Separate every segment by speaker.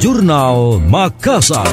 Speaker 1: Jurnal Makassar.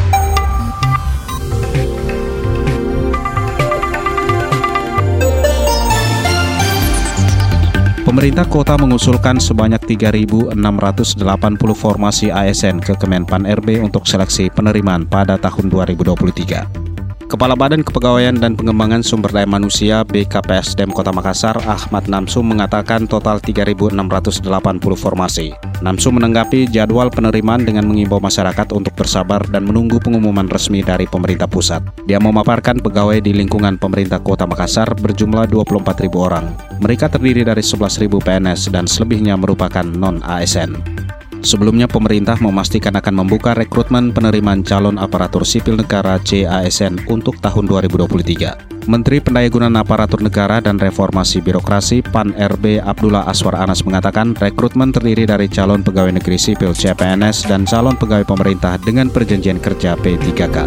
Speaker 2: Pemerintah kota mengusulkan sebanyak 3.680 formasi ASN ke Kemenpan RB untuk seleksi penerimaan pada tahun 2023. Kepala Badan Kepegawaian dan Pengembangan Sumber Daya Manusia BKPSDM Kota Makassar, Ahmad Namsum, mengatakan total 3.680 formasi. Namsum menanggapi jadwal penerimaan dengan mengimbau masyarakat untuk bersabar dan menunggu pengumuman resmi dari pemerintah pusat. Dia memaparkan pegawai di lingkungan pemerintah Kota Makassar berjumlah 24.000 orang. Mereka terdiri dari 11.000 PNS dan selebihnya merupakan non-ASN. Sebelumnya, pemerintah memastikan akan membuka rekrutmen penerimaan calon aparatur sipil negara CASN untuk tahun 2023. Menteri Pendayagunaan Aparatur Negara dan Reformasi Birokrasi PAN RB Abdullah Aswar Anas mengatakan rekrutmen terdiri dari calon pegawai negeri sipil CPNS dan calon pegawai pemerintah dengan perjanjian kerja P3K.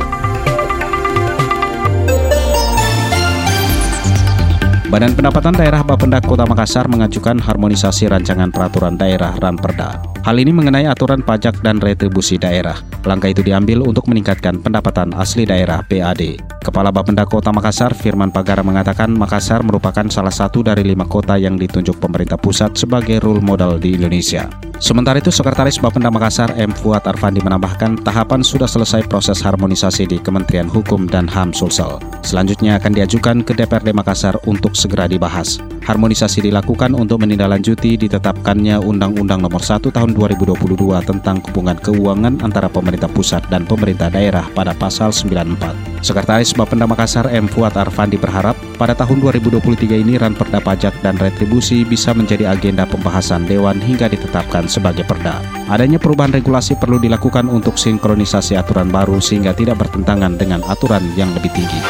Speaker 2: Badan Pendapatan Daerah Bapenda Kota Makassar mengajukan harmonisasi rancangan peraturan daerah Ranperda. Hal ini mengenai aturan pajak dan retribusi daerah. Langkah itu diambil untuk meningkatkan pendapatan asli daerah PAD. Kepala Bapenda Kota Makassar, Firman Pagara, mengatakan Makassar merupakan salah satu dari 5 kota yang ditunjuk pemerintah pusat sebagai role model di Indonesia. Sementara itu, Sekretaris Bapenda Makassar M. Fuad Arfandi menambahkan tahapan sudah selesai proses harmonisasi di Kementerian Hukum dan HAM Sulsel. Selanjutnya akan diajukan ke DPRD Makassar untuk segera dibahas. Harmonisasi dilakukan untuk menindaklanjuti ditetapkannya Undang-Undang Nomor 1 Tahun 2022 tentang hubungan keuangan antara pemerintah pusat dan pemerintah daerah pada pasal 94. Sekretaris Bapenda Makassar M. Fuad Arfandi berharap pada tahun 2023 ini Ranperda pajak dan retribusi bisa menjadi agenda pembahasan Dewan hingga ditetapkan sebagai perda. Adanya perubahan regulasi perlu dilakukan untuk sinkronisasi aturan baru sehingga tidak bertentangan dengan aturan yang lebih tinggi.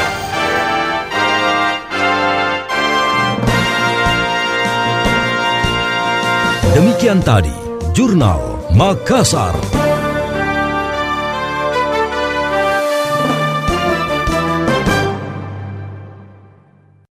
Speaker 1: Demikian tadi Jurnal Makassar.